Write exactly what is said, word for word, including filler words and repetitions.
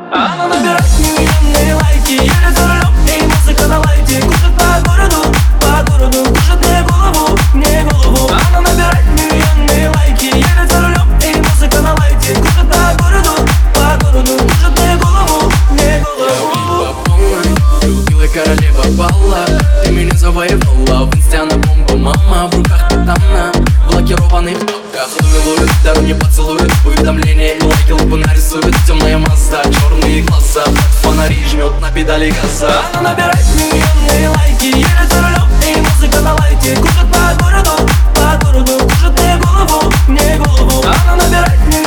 Она набирает миллионные лайки, едет за рулем и музыка на лайте. Кружит по городу, по городу, кружит мне голову, мне голову. Она набирает миллионные лайки, едет за рулем и музыка на лайте. Кружит по городу, по городу, кружит мне голову, мне голову. Белая королева балла, ты меня завоевала. В инсте на бомба, мама, в руках катана, блокированный в топках. Ловит, дару не поцелует, уведомления и лайки лупы нарисует. Темная масса, черные глаза, под фонари жмет на педали газа. Она набирает миллионные лайки, едет за рулем и музыка на лайте. Кружит по городу, по городу, кружит мне голову, мне голову. Она набирает миллионные